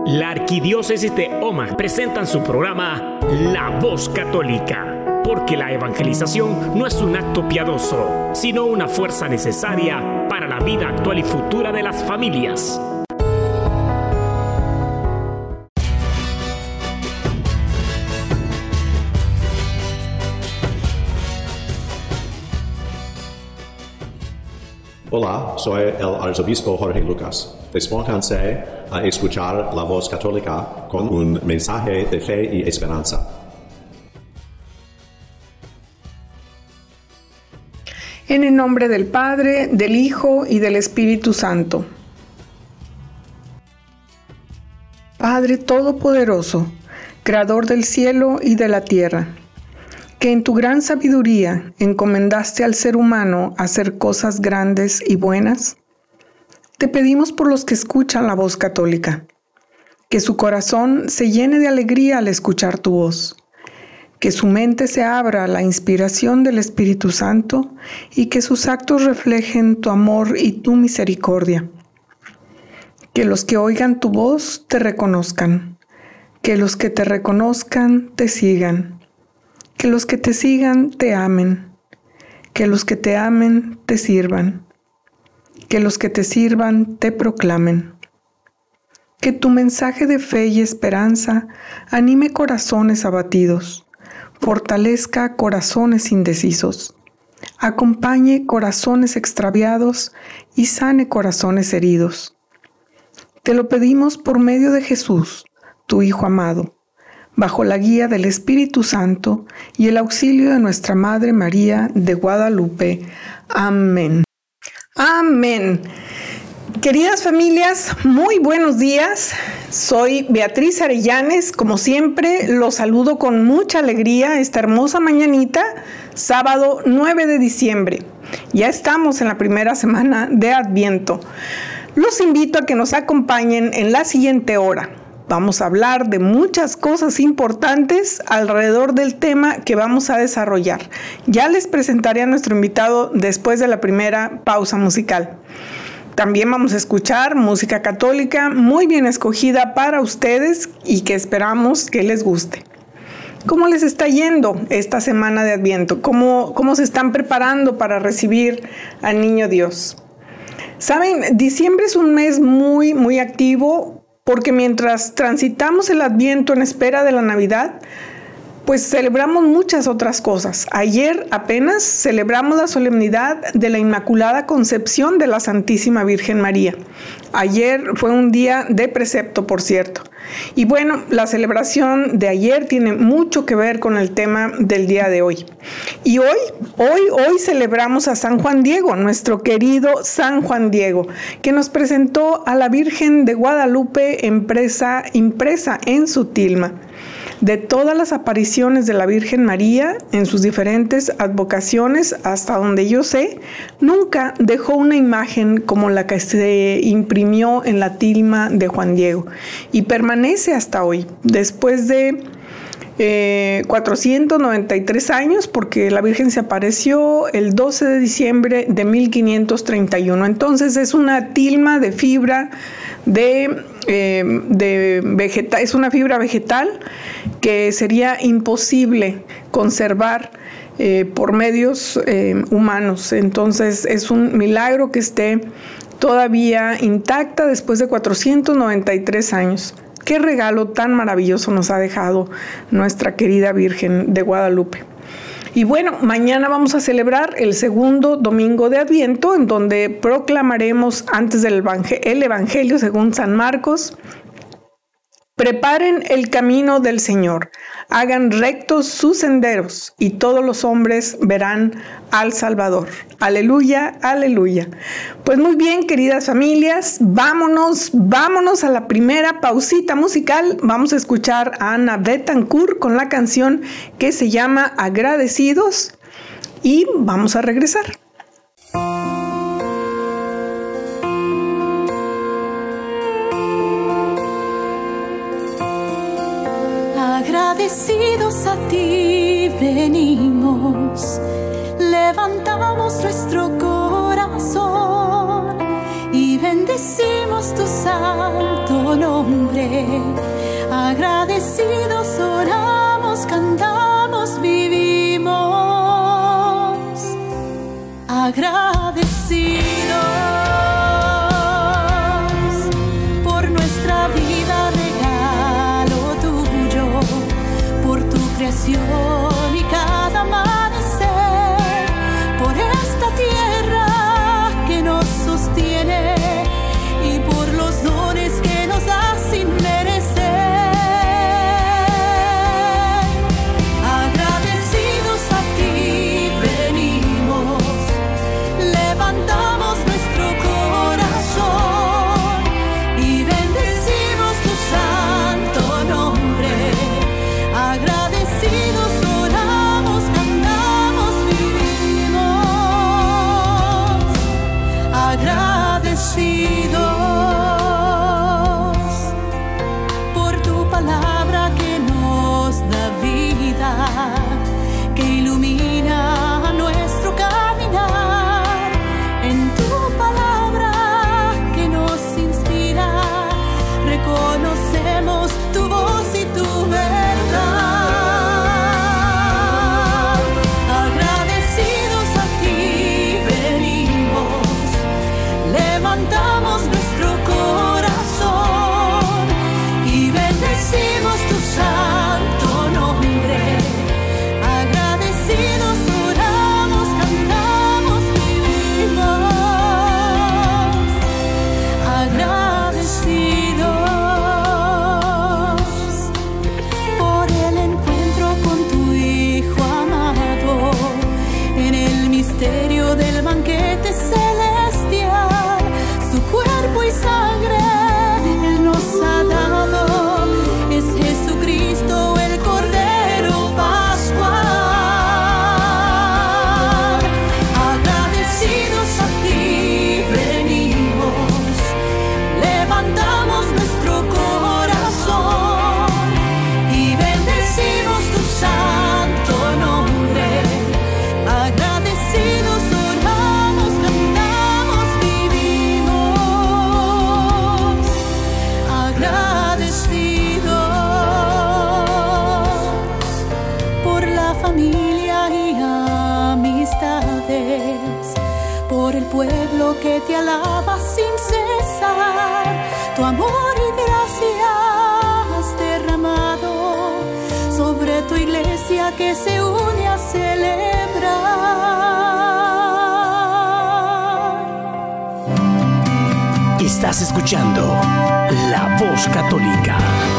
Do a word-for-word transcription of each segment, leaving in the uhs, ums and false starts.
La Arquidiócesis de Omaha presenta su programa La Voz Católica, porque la evangelización no es un acto piadoso, sino una fuerza necesaria para la vida actual y futura de las familias. Hola, soy el arzobispo Jorge Lucas. Despónganse a escuchar la Voz Católica con un mensaje de fe y esperanza. En el nombre del Padre, del Hijo y del Espíritu Santo. Padre Todopoderoso, Creador del cielo y de la tierra, que en tu gran sabiduría encomendaste al ser humano a hacer cosas grandes y buenas, te pedimos por los que escuchan la Voz Católica, que su corazón se llene de alegría al escuchar tu voz, que su mente se abra a la inspiración del Espíritu Santo y que sus actos reflejen tu amor y tu misericordia. Que los que oigan tu voz te reconozcan, que los que te reconozcan te sigan, que los que te sigan te amen, que los que te amen te sirvan, que los que te sirvan te proclamen. Que tu mensaje de fe y esperanza anime corazones abatidos, fortalezca corazones indecisos, acompañe corazones extraviados y sane corazones heridos. Te lo pedimos por medio de Jesús, tu Hijo amado, bajo la guía del Espíritu Santo y el auxilio de nuestra Madre María de Guadalupe. Amén. Amén. Queridas familias, muy buenos días. Soy Beatriz Arellanes. Como siempre, los saludo con mucha alegría esta hermosa mañanita, sábado nueve de diciembre. Ya estamos en la primera semana de Adviento. Los invito a que nos acompañen en la siguiente hora. Vamos a hablar de muchas cosas importantes alrededor del tema que vamos a desarrollar. Ya les presentaré a nuestro invitado después de la primera pausa musical. También vamos a escuchar música católica muy bien escogida para ustedes y que esperamos que les guste. ¿Cómo les está yendo esta semana de Adviento? ¿Cómo, cómo se están preparando para recibir al Niño Dios? Saben, diciembre es un mes muy, muy activo, porque mientras transitamos el Adviento en espera de la Navidad, pues celebramos muchas otras cosas. Ayer apenas celebramos la solemnidad de la Inmaculada Concepción de la Santísima Virgen María. Ayer fue un día de precepto, por cierto. Y bueno, la celebración de ayer tiene mucho que ver con el tema del día de hoy. Y hoy, hoy, hoy celebramos a San Juan Diego, nuestro querido San Juan Diego, que nos presentó a la Virgen de Guadalupe impresa, impresa en su tilma. De todas las apariciones de la Virgen María en sus diferentes advocaciones, hasta donde yo sé, nunca dejó una imagen como la que se imprimió en la tilma de Juan Diego y permanece hasta hoy, después de eh, cuatrocientos noventa y tres años, porque la Virgen se apareció el doce de diciembre de mil quinientos treinta y uno. Entonces es una tilma de fibra de, eh, de vegetal, es una fibra vegetal que sería imposible conservar eh, por medios eh, humanos. Entonces es un milagro que esté todavía intacta después de cuatrocientos noventa y tres años. Qué regalo tan maravilloso nos ha dejado nuestra querida Virgen de Guadalupe. Y bueno, mañana vamos a celebrar el segundo domingo de Adviento, en donde proclamaremos antes del evangel- el Evangelio según San Marcos: preparen el camino del Señor, hagan rectos sus senderos, y todos los hombres verán al Salvador. Aleluya, aleluya. Pues muy bien, queridas familias, vámonos, vámonos a la primera pausita musical. Vamos a escuchar a Ana Bettencourt con la canción que se llama Agradecidos y vamos a regresar. Agradecidos a ti venimos, levantamos nuestro corazón y bendecimos tu santo santo nombre. Agradecidos oramos, cantamos, vivimos. Agradecidos por nuestra vida, regalo tuyo, por tu creación y cada amanecer, por esta tierra que nos sostiene y por los dones que nos das sin merecer. Agradecidos a ti venimos, levantamos nuestro corazón y bendecimos tu santo nombre. Agradecidos oramos, cantamos, vivimos. Agradecidos por tu palabra que nos da vida, que ilumina nuestro caminar. En tu palabra que nos inspira, reconocemos tu voz y tu verdad. Agradecidos a ti venimos, levantamos nuestro corazón y bendecimos tu santo nombre. Agradecidos oramos, cantamos, vivimos. Agradecidos por el encuentro con tu Hijo amado en el misterio del banquete celestial. Su cuerpo y sangre Él nos ha dado. Es Jesucristo el Cordero Pascual. Agradecidos a ti venimos, levantamos nuestro corazón y bendecimos tu santo nombre. Agradecidos oramos, cantamos, vivimos. Agradecidos por la familia y amistades, por el pueblo que te alaba sin cesar. Tu amor y gracia has derramado sobre tu iglesia que se une a celebrar. Estás escuchando La Voz Católica.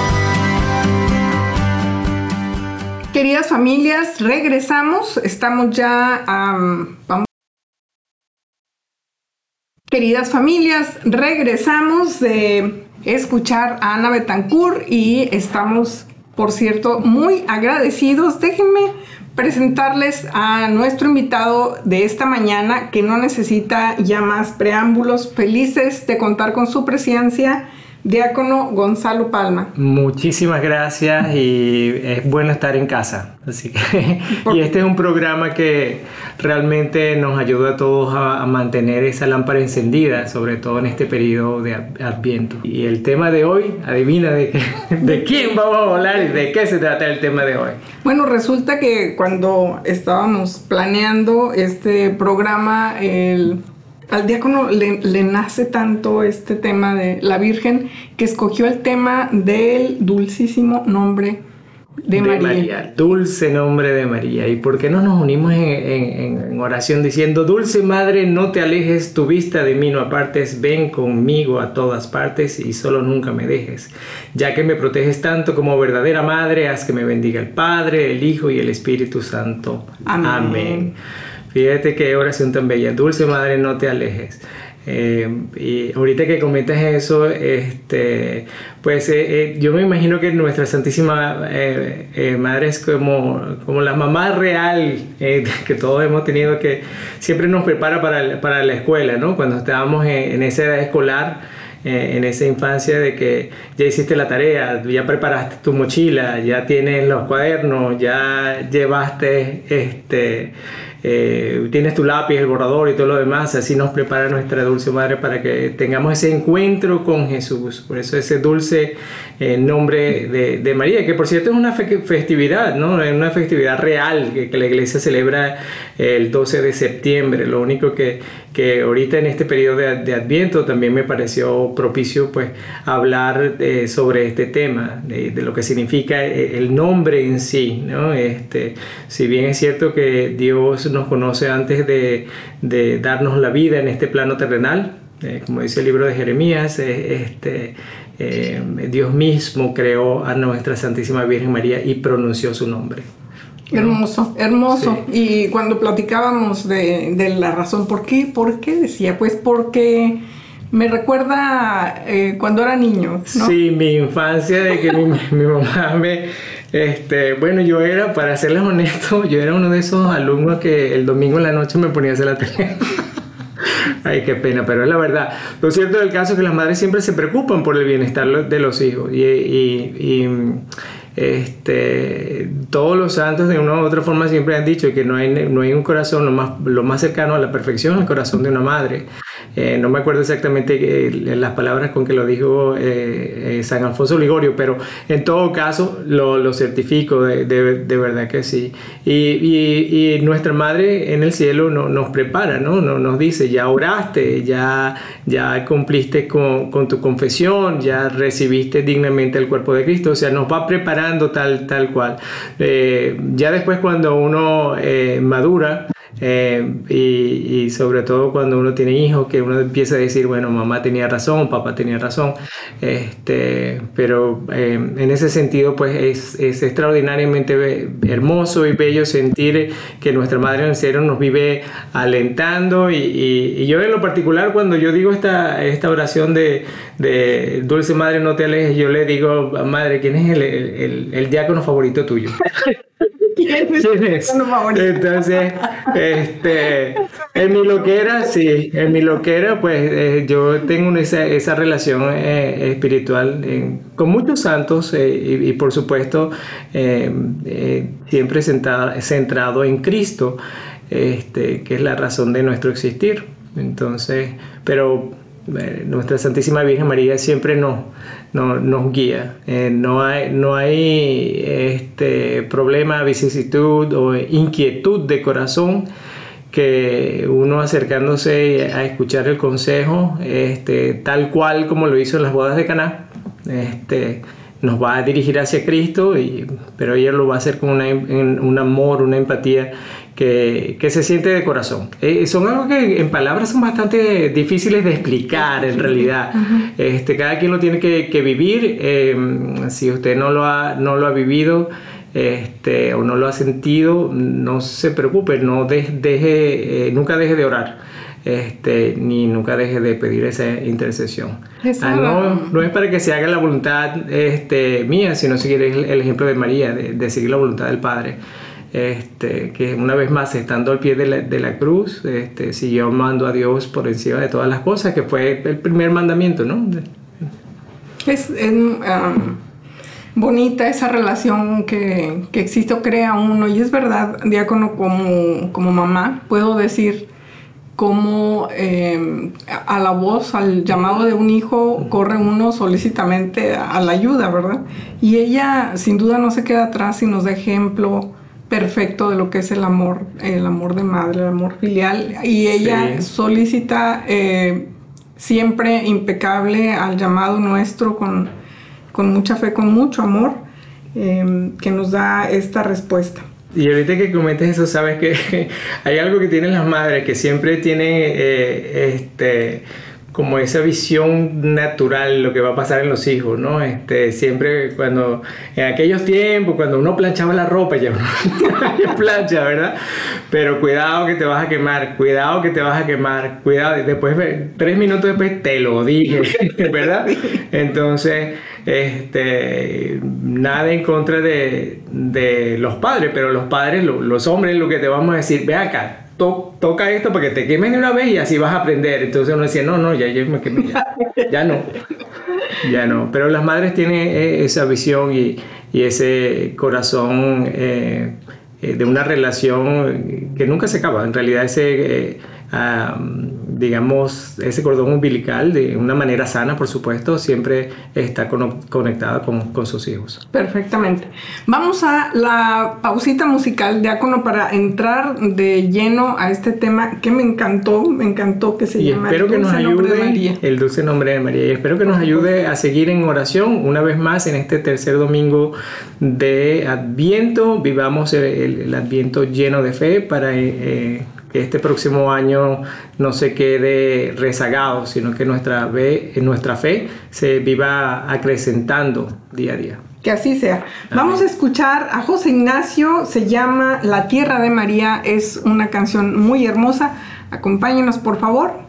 Queridas familias, regresamos. Estamos ya um, vamos. Queridas familias, regresamos de escuchar a Ana Betancourt y estamos, por cierto, muy agradecidos. Déjenme presentarles a nuestro invitado de esta mañana, que no necesita ya más preámbulos. Felices de contar con su presencia, Diácono Gonzalo Palma. Muchísimas gracias y es bueno estar en casa. Así que, y este es un programa que realmente nos ayuda a todos a, a mantener esa lámpara encendida, sobre todo en este periodo de Adviento. Y el tema de hoy, adivina de, qué, de quién vamos a hablar y de qué se trata el tema de hoy. Bueno, resulta que cuando estábamos planeando este programa, el... al diácono le, le nace tanto este tema de la Virgen que escogió el tema del dulcísimo nombre de, de María. María. Dulce nombre de María. ¿Y por qué no nos unimos en, en, en oración diciendo: Dulce Madre, no te alejes, tu vista de mí no apartes, ven conmigo a todas partes y solo nunca me dejes. Ya que me proteges tanto como verdadera Madre, haz que me bendiga el Padre, el Hijo y el Espíritu Santo. Amén. Amén. Fíjate qué oración tan bella. Dulce Madre, no te alejes. Eh, y ahorita que comentas eso, este, pues eh, eh, yo me imagino que nuestra Santísima eh, eh, Madre es como, como la mamá real eh, que todos hemos tenido, que siempre nos prepara para, para la escuela, ¿no? Cuando estábamos en, en esa edad escolar, eh, en esa infancia de que ya hiciste la tarea, ya preparaste tu mochila, ya tienes los cuadernos, ya llevaste este... eh, tienes tu lápiz, el borrador y todo lo demás, así nos prepara nuestra dulce madre para que tengamos ese encuentro con Jesús. Por eso ese dulce eh, nombre de, de María, que por cierto es una fe festividad, ¿no? Es una festividad real que, que la iglesia celebra el doce de septiembre. Lo único que, que ahorita en este periodo de, de Adviento también me pareció propicio pues hablar eh, sobre este tema, de, de lo que significa el nombre en sí, ¿no? Este, si bien es cierto que Dios nos conoce antes de, de darnos la vida en este plano terrenal, eh, como dice el libro de Jeremías, eh, este, eh, Dios mismo creó a nuestra Santísima Virgen María y pronunció su nombre. Hermoso, hermoso. Sí. Y cuando platicábamos de, de la razón, ¿por qué? ¿Por qué decía? Pues porque me recuerda eh, cuando era niño, ¿no? Sí, mi infancia, de que mi, mi mamá me... Este, bueno, yo era, para serles honesto, yo era uno de esos alumnos que el domingo en la noche me ponía a hacer la tarea. Ay, qué pena, pero es la verdad. Lo cierto del caso es que las madres siempre se preocupan por el bienestar de los hijos. Y... y, y Este, todos los santos de una u otra forma siempre han dicho que no hay, no hay un corazón lo más, lo más cercano a la perfección, el corazón de una madre. Eh, no me acuerdo exactamente eh, las palabras con que lo dijo eh, eh, San Alfonso Ligorio, pero en todo caso lo, lo certifico, de, de, de verdad que sí. Y, y, y nuestra madre en el cielo no, nos prepara, ¿no? Nos, nos dice, ya oraste, ya, ya cumpliste con, con tu confesión, ya recibiste dignamente el cuerpo de Cristo, o sea, nos va preparando tal, tal cual. Eh, ya después cuando uno eh, madura, eh, y, y sobre todo cuando uno tiene hijos, que uno empieza a decir, bueno, mamá tenía razón, papá tenía razón, este, pero eh, en ese sentido pues es, es extraordinariamente hermoso y bello sentir que nuestra Madre en el cielo nos vive alentando, y, y, y yo en lo particular cuando yo digo esta, esta oración de, de Dulce Madre no te alejes, yo le digo, Madre, ¿quién es el, el, el, el diácono favorito tuyo? ¿Quién es ¿Quién es? Entonces, este, en mi loquera, sí, en mi loquera, pues eh, yo tengo esa, esa relación eh, espiritual eh, con muchos santos eh, y, y por supuesto eh, eh, siempre centrado, centrado en Cristo, este, que es la razón de nuestro existir. Entonces, pero eh, nuestra Santísima Virgen María siempre nos, nos, nos guía. Eh, no hay, no hay este, problema, vicisitud o inquietud de corazón que uno acercándose a escuchar el consejo, este, tal cual como lo hizo en las bodas de Caná, este, nos va a dirigir hacia Cristo, y, pero ella lo va a hacer con una, un amor, una empatía que, que se siente de corazón. Eh, son algo que en palabras son bastante difíciles de explicar en realidad. Uh-huh. este, cada quien lo tiene que, que vivir. Eh, si usted no lo ha, no lo ha vivido este, o no lo ha sentido, no se preocupe, no de, deje, eh, nunca deje de orar. Este, ni nunca deje de pedir esa intercesión. Ah, no, no es para que se haga la voluntad este, mía, sino seguir el, el ejemplo de María, de, de seguir la voluntad del Padre. Este, que una vez más, estando al pie de la, de la cruz, este, siguió amando a Dios por encima de todas las cosas, que fue el primer mandamiento, ¿no? Es, es um, bonita esa relación que, que existe o crea uno, y es verdad, diácono, como, como mamá, puedo decir cómo eh, a la voz, al llamado de un hijo, corre uno solícitamente a la ayuda, ¿verdad? Y ella sin duda no se queda atrás y nos da ejemplo perfecto de lo que es el amor, el amor de madre, el amor filial, y ella sí. solicita eh, siempre impecable al llamado nuestro con, con mucha fe, con mucho amor, eh, que nos da esta respuesta. Y ahorita que comentes eso, sabes que hay algo que tienen las madres que siempre tienen eh, este, como esa visión natural de lo que va a pasar en los hijos, ¿no? Este, siempre cuando, en aquellos tiempos, cuando uno planchaba la ropa, ya uno plancha, ¿verdad? Pero cuidado que te vas a quemar, cuidado que te vas a quemar, cuidado, después, tres minutos después te lo dije, ¿verdad? Entonces, este, nada en contra de, de los padres, pero los padres, lo, los hombres, lo que te vamos a decir, ve acá, to, toca esto para que te quemes de una vez y así vas a aprender. Entonces uno decía, no, no, ya yo me quemé, ya, ya no, ya no. Pero las madres tienen esa visión y, y ese corazón eh, eh, de una relación que nunca se acaba. En realidad ese, eh, uh, digamos, ese cordón umbilical, de una manera sana, por supuesto, siempre está con, conectada con, con sus hijos. Perfectamente. Vamos a la pausita musical, Diácono, para entrar de lleno a este tema que me encantó, me encantó que se y llama espero El que Dulce nos Nombre ayude, de María. El Dulce Nombre de María. Y espero que nos ayude a seguir en oración una vez más en este tercer domingo de Adviento. Vivamos el, el, el Adviento lleno de fe para eh, que este próximo año no se quede rezagado, sino que nuestra fe, nuestra fe se viva acrecentando día a día. Que así sea. Amén. Vamos a escuchar a José Ignacio, se llama La Tierra de María, es una canción muy hermosa. Acompáñenos, por favor.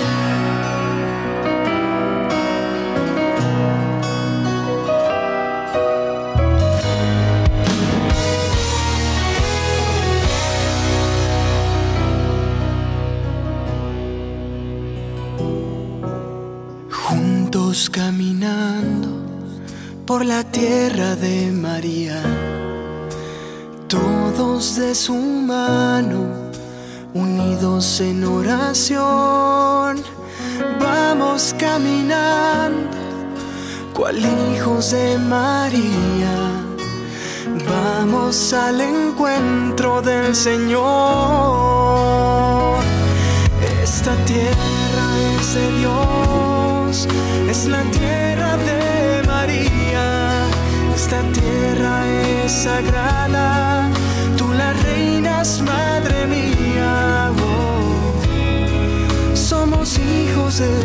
Caminando por la tierra de María, todos de su mano, unidos en oración, vamos caminando, cual hijos de María, vamos al encuentro del Señor. Esta tierra es de Dios, es la tierra de María, esta tierra es sagrada, tú la reinas, madre mía, oh, somos hijos de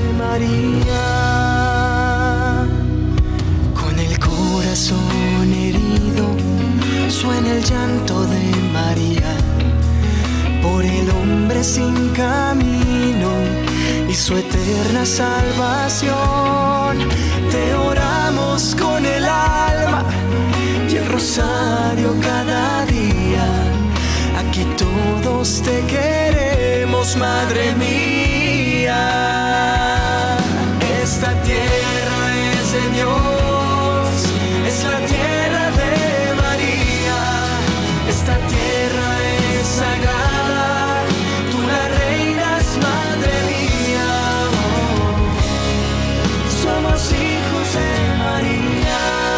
María. Con el corazón herido suena el llanto de María, por el hombre sin camino y su eterna salvación. Te oramos con el alma y el rosario cada día. Aquí todos te queremos, madre mía. Esta tierra es de Dios, es la tierra de María. Esta tierra es sagrada, tú la reinas, madre mía. Somos hijos de María.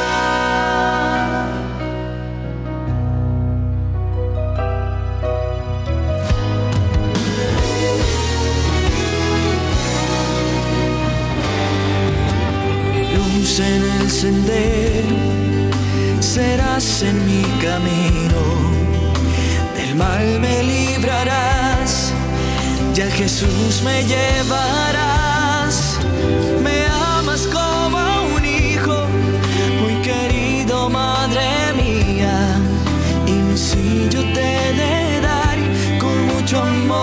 Luz en el sendero, serás en mi camino. Del mal me librarás, ya Jesús me llevarás. Me amas como un hijo, muy querido, madre mía, y mi sí yo te he de dar con mucho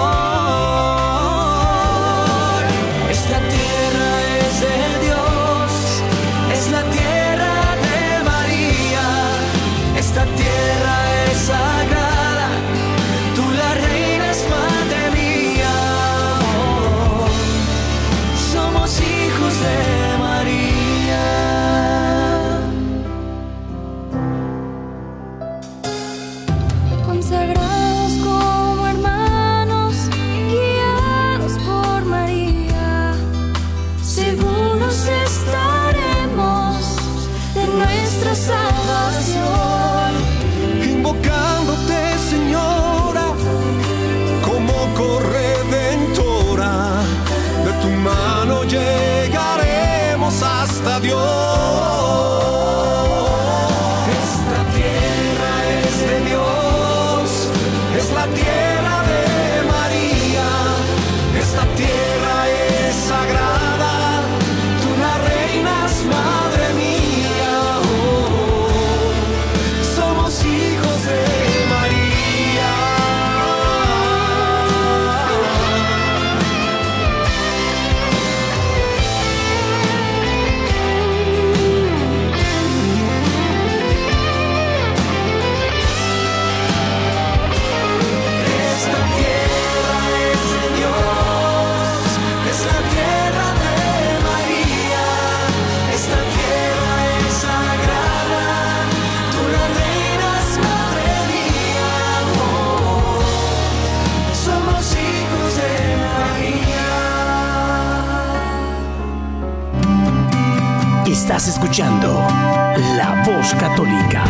amor. Esta tierra es de Dios, es la tierra de María, esta tierra es sagrada, tú la reinas, madre mía, oh, somos hijos de Estás escuchando La Voz Católica.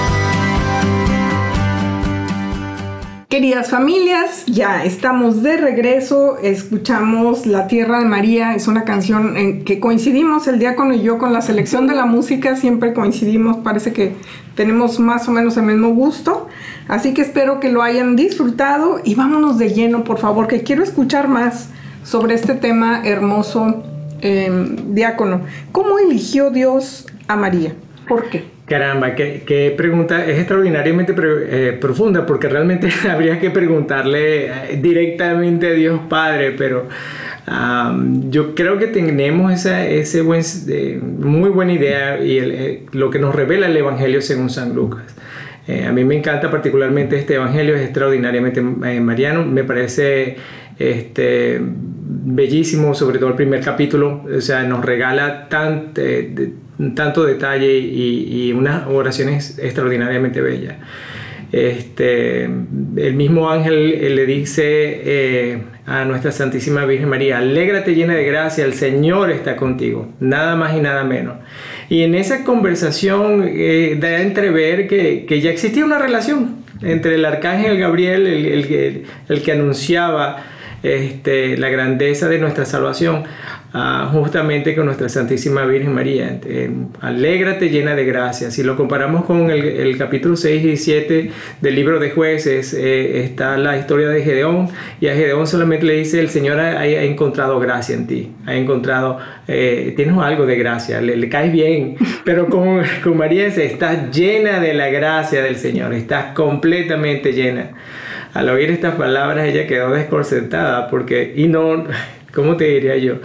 Queridas familias, ya estamos de regreso, escuchamos La Tierra de María, es una canción en que coincidimos el diácono y yo con la selección de la música, siempre coincidimos, parece que tenemos más o menos el mismo gusto, así que espero que lo hayan disfrutado y vámonos de lleno, por favor, que quiero escuchar más sobre este tema hermoso, eh, diácono. ¿Cómo eligió Dios a María? ¿Por qué? Caramba, qué, qué pregunta, es extraordinariamente pre, eh, profunda, porque realmente habría que preguntarle directamente a Dios Padre, pero um, yo creo que tenemos esa ese buen, eh, muy buena idea y el, eh, lo que nos revela el Evangelio según San Lucas. Eh, a mí me encanta particularmente este Evangelio, es extraordinariamente eh, mariano, me parece este, bellísimo, sobre todo el primer capítulo, o sea, nos regala tan... Eh, de, tanto detalle y, y unas oraciones extraordinariamente bellas. Este, el mismo ángel le dice eh, a nuestra Santísima Virgen María: alégrate llena de gracia, el Señor está contigo, nada más y nada menos. Y en esa conversación eh, da a entrever que, que ya existía una relación entre el arcángel Gabriel, el, el, el, el que anunciaba este, la grandeza de nuestra salvación, Uh, justamente con nuestra Santísima Virgen María. Eh, alégrate llena de gracia. Si lo comparamos con el, el capítulo seis y siete del libro de Jueces, eh, está la historia de Gedeón, y a Gedeón solamente le dice: el Señor ha, ha encontrado gracia en ti, ha encontrado, eh, tienes algo de gracia, le, le caes bien. Pero con, con María dice: estás llena de la gracia del Señor, estás completamente llena. Al oír estas palabras ella quedó desconcertada, porque, y no... ¿Cómo te diría yo?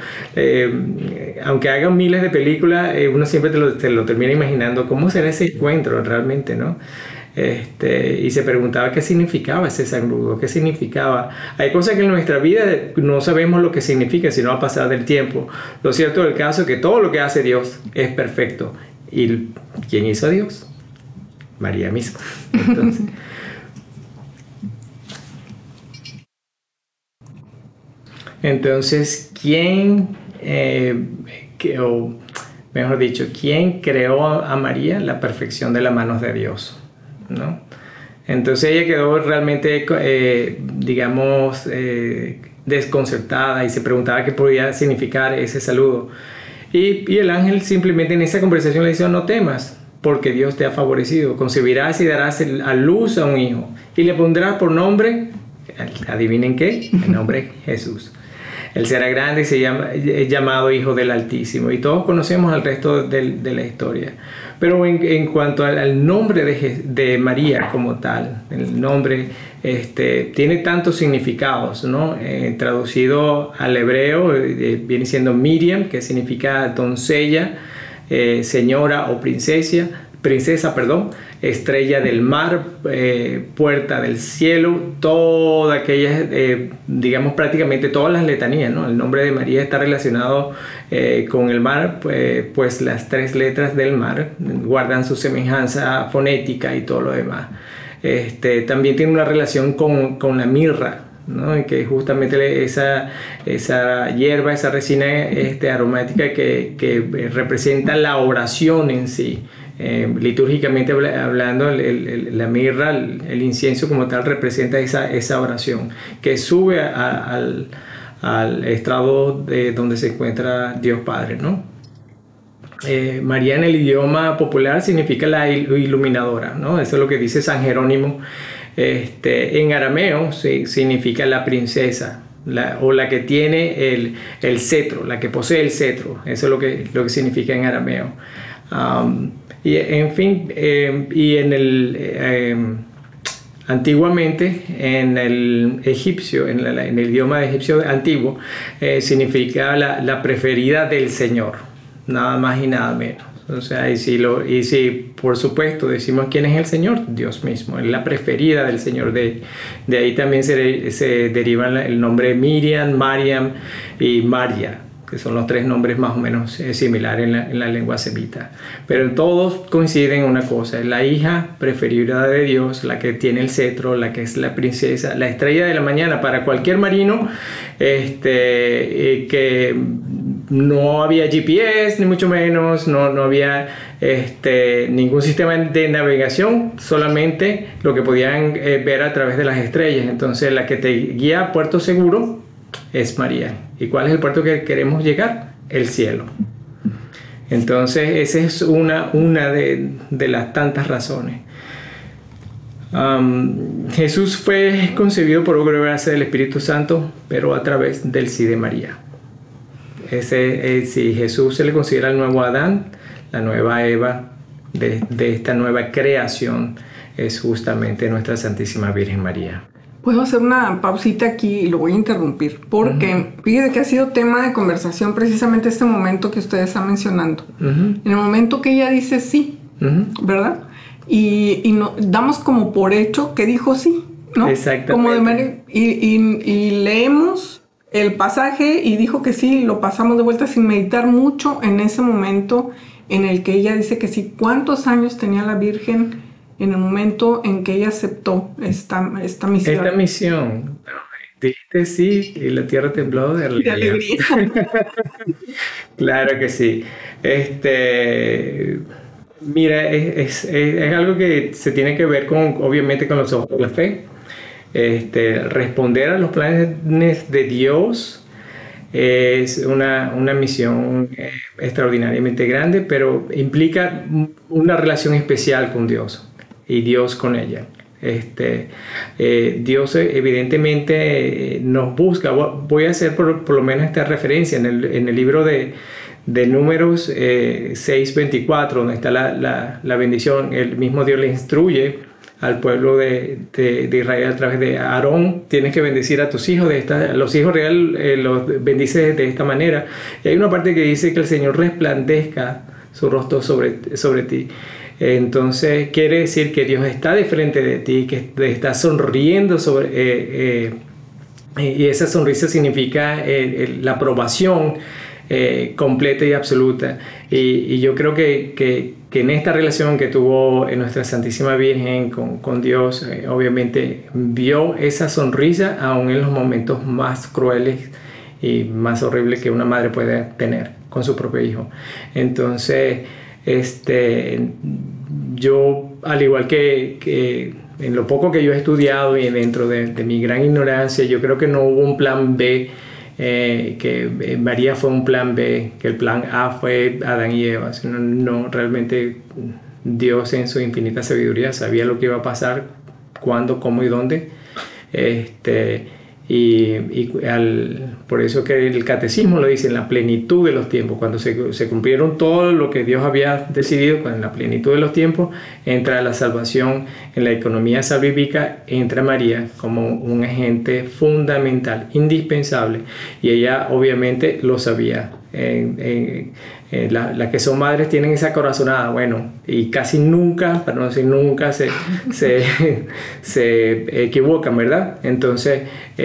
Eh, aunque hagan miles de películas, eh, uno siempre te lo, te lo termina imaginando. ¿Cómo será ese encuentro realmente, no? Este, y se preguntaba qué significaba ese saludo, qué significaba. Hay cosas que en nuestra vida no sabemos lo que significa, sino a pasar del tiempo. Lo cierto del caso es que todo lo que hace Dios es perfecto. ¿Y quién hizo a Dios? María misma. Entonces... Entonces, ¿quién, eh, que, o mejor dicho, quién creó a María? La perfección de las manos de Dios, ¿no? Entonces ella quedó realmente, eh, digamos, eh, desconcertada y se preguntaba qué podía significar ese saludo. Y, y el ángel simplemente en esa conversación le dice: no temas, porque Dios te ha favorecido. Concebirás y darás a luz a un hijo y le pondrás por nombre, adivinen qué, el nombre Jesús. Él será grande y se llama, es llamado Hijo del Altísimo. Y todos conocemos el resto de, de la historia. Pero en, en cuanto al, al nombre de, de María como tal, el nombre este, tiene tantos significados, ¿no? Eh, traducido al hebreo eh, viene siendo Miriam, que significa doncella, eh, señora o princesa, princesa, perdón, estrella del mar, eh, puerta del cielo, todas aquellas, eh, digamos prácticamente todas las letanías, ¿no? El nombre de María está relacionado eh, con el mar, pues, pues las tres letras del mar guardan su semejanza fonética y todo lo demás. Este, también tiene una relación con, con la mirra, ¿no? Que justamente esa, esa hierba, esa resina este, aromática que, que representa la oración en sí. Eh, litúrgicamente hablando, el, el, la mirra, el, el incienso como tal, representa esa, esa oración que sube a, al, al estrado de donde se encuentra Dios Padre, ¿no? Eh, María en el idioma popular significa la iluminadora, ¿no? Eso es lo que dice San Jerónimo. Este, en arameo sí, significa la princesa, la, o la que tiene el, el cetro, la que posee el cetro. Eso es lo que, lo que significa en arameo. Um, y en fin, eh, y en el eh, antiguamente en el egipcio, en, la, en el idioma egipcio antiguo, eh, significa la, la preferida del Señor, nada más y nada menos. O sea, y si, lo, y si por supuesto decimos quién es el Señor, Dios mismo, es la preferida del Señor. De, de ahí también se, se deriva el nombre Miriam, Mariam y María, que son los tres nombres más o menos eh, similares en la, en la lengua semita. Pero todos coinciden en una cosa: es la hija preferida de Dios, la que tiene el cetro, la que es la princesa, la estrella de la mañana para cualquier marino este, eh, que no había G P S, ni mucho menos, no, no había este, ningún sistema de navegación, solamente lo que podían eh, ver a través de las estrellas. Entonces la que te guía a puerto seguro es María. ¿Y cuál es el puerto que queremos llegar? El cielo. Entonces esa es una, una de, de las tantas razones. Um, Jesús fue concebido por obra y gracia del Espíritu Santo, pero a través del sí de María. Ese, eh, si Jesús se le considera el nuevo Adán, la nueva Eva de, de esta nueva creación es justamente nuestra Santísima Virgen María. Puedo hacer una pausita aquí y lo voy a interrumpir, porque uh-huh. fíjate que ha sido tema de conversación precisamente este momento que ustedes están mencionando. Uh-huh. En el momento que ella dice sí, uh-huh. ¿verdad? Y, y no, damos como por hecho que dijo sí, ¿no? Exactamente. Como de manera, y, y, y leemos el pasaje y dijo que sí, lo pasamos de vuelta sin meditar mucho en ese momento en el que ella dice que sí. ¿Cuántos años tenía la Virgen en el momento en que ella aceptó esta, esta misión? Esta misión. Dijiste sí y la tierra tembló de alegría. De alegría. Claro que sí. Este... Mira, es, es, es algo que se tiene que ver con, obviamente, con los ojos de la fe. Este, responder a los planes de Dios es una, una misión eh, extraordinariamente grande, pero implica una relación especial con Dios y Dios con ella. Este, eh, Dios evidentemente eh, nos busca. Voy a hacer por, por lo menos esta referencia en el, en el libro de de Números eh, seis veinticuatro, donde está la, la, la bendición. El mismo Dios le instruye al pueblo de, de, de Israel a través de Aarón: tienes que bendecir a tus hijos, de esta, los hijos real eh, los bendice de esta manera. Y hay una parte que dice que el Señor resplandezca su rostro sobre, sobre ti. Entonces quiere decir que Dios está de frente de ti, que te está sonriendo sobre eh, eh, y esa sonrisa significa eh, eh, la aprobación Eh, completa y absoluta. Y, y yo creo que, que, que en esta relación que tuvo nuestra Santísima Virgen con, con Dios, eh, obviamente vio esa sonrisa aún en los momentos más crueles y más horribles que una madre puede tener con su propio hijo. Entonces, este, yo, al igual que, que en lo poco que yo he estudiado y dentro de, de mi gran ignorancia, yo creo que no hubo un plan B. Eh, que María fue un plan B, que el plan A fue Adán y Eva. No, no, realmente Dios en su infinita sabiduría sabía lo que iba a pasar, cuándo, cómo y dónde. Este, y y al, por eso que el catecismo lo dice, en la plenitud de los tiempos, cuando se, se cumplieron todo lo que Dios había decidido, cuando en la plenitud de los tiempos entra la salvación. En la economía salvífica entra María como un agente fundamental, indispensable, y ella obviamente lo sabía. En, en, en la, las que son madres tienen esa corazonada, bueno, y casi nunca, para no decir nunca, se, se, se equivocan, ¿verdad? Entonces,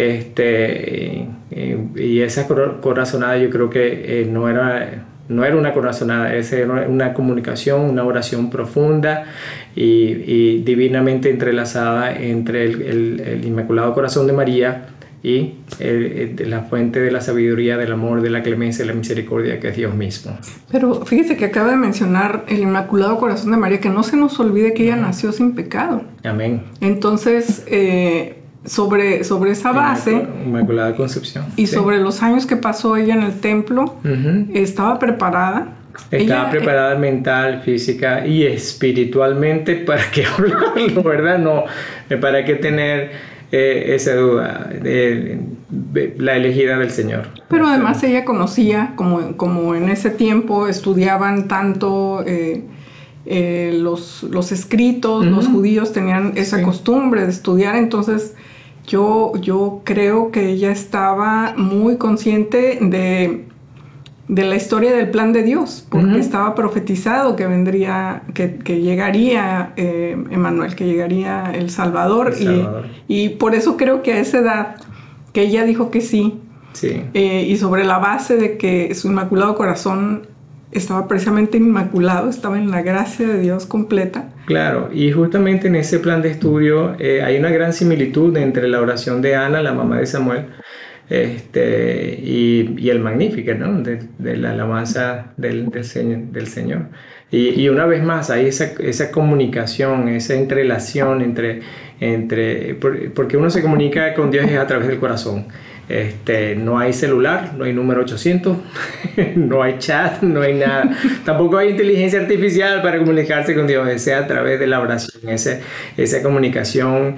este, eh, y esa corazonada yo creo que eh, no era... No era una corazonada, era una comunicación, una oración profunda y, y divinamente entrelazada entre el, el, el Inmaculado Corazón de María y el, el, la fuente de la sabiduría, del amor, de la clemencia y la misericordia, que es Dios mismo. Pero fíjese que acaba de mencionar el Inmaculado Corazón de María, que no se nos olvide que ella nació sin pecado. Amén. Entonces, eh, sobre, sobre esa base, Inmaculada Concepción, y sí. sobre los años que pasó ella en el templo, uh-huh. estaba preparada. Estaba ella, preparada eh, mental, física y espiritualmente. ¿Para qué hablarlo, verdad? No, ¿para qué tener eh, esa duda de, de la elegida del Señor? Pero además ella conocía, como, como en ese tiempo estudiaban tanto eh, eh, los, los escritos, uh-huh. los judíos tenían esa sí. costumbre de estudiar, entonces yo, yo creo que ella estaba muy consciente de, de la historia del plan de Dios, porque uh-huh. estaba profetizado que vendría, que, que llegaría eh, Emmanuel, que llegaría el Salvador, el Salvador. Y, y por eso creo que a esa edad que ella dijo que sí, sí. Eh, y sobre la base de que su Inmaculado Corazón estaba precisamente inmaculado, estaba en la gracia de Dios completa. Claro, y justamente en ese plan de estudio eh, hay una gran similitud entre la oración de Ana, la mamá de Samuel, este, y, y el Magnificat, ¿no? De, de la alabanza del, del, señor, del Señor. Y, y una vez más, hay esa, esa comunicación, esa entrelación entre, entre... Porque uno se comunica con Dios a través del corazón. Este, no hay celular, no hay número ochocientos, no hay chat, no hay nada. Tampoco hay inteligencia artificial para comunicarse con Dios, es a través de la oración, ese, esa comunicación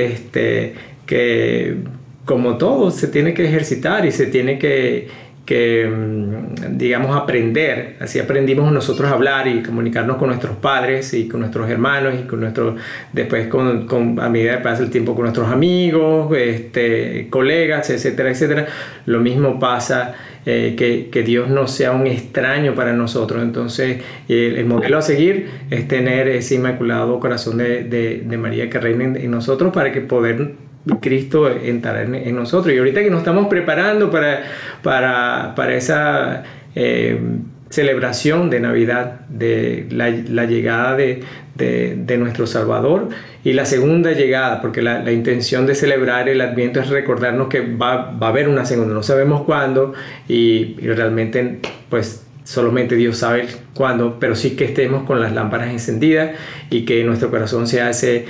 este, que, como todo, se tiene que ejercitar y se tiene que, que, digamos, aprender. Así aprendimos nosotros a hablar y comunicarnos con nuestros padres y con nuestros hermanos y con nuestros, después con, con, a medida que pasa el tiempo, con nuestros amigos, este, colegas, etcétera, etcétera. Lo mismo pasa, eh, que, que Dios no sea un extraño para nosotros. Entonces, el, el modelo a seguir es tener ese inmaculado corazón de, de, de María que reina en, en nosotros para que poder Cristo entrará en, en nosotros. Y ahorita que nos estamos preparando para, para, para esa eh, celebración de Navidad, de la, la llegada de, de, de nuestro Salvador y la segunda llegada, porque la, la intención de celebrar el Adviento es recordarnos que va, va a haber una segunda, no sabemos cuándo y, y realmente pues solamente Dios sabe cuándo, pero sí que estemos con las lámparas encendidas y que nuestro corazón sea ese,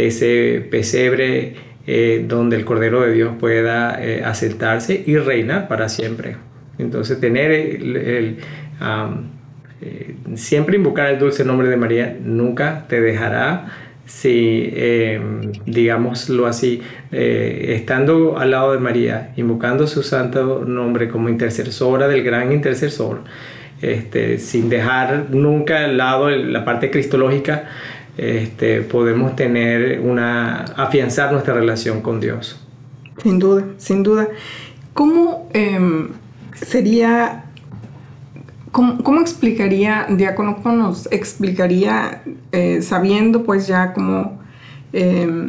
ese pesebre Eh, donde el Cordero de Dios pueda eh, asentarse y reinar para siempre. Entonces tener el, el, um, eh, siempre invocar el dulce nombre de María nunca te dejará, si eh, digámoslo así, eh, estando al lado de María, invocando su santo nombre como intercesora del gran intercesor, este, sin dejar nunca al lado la parte cristológica. Este, podemos tener una, afianzar nuestra relación con Dios. Sin duda, sin duda. ¿Cómo eh, sería, cómo, cómo explicaría, diácono, cómo nos explicaría, eh, sabiendo pues ya cómo eh,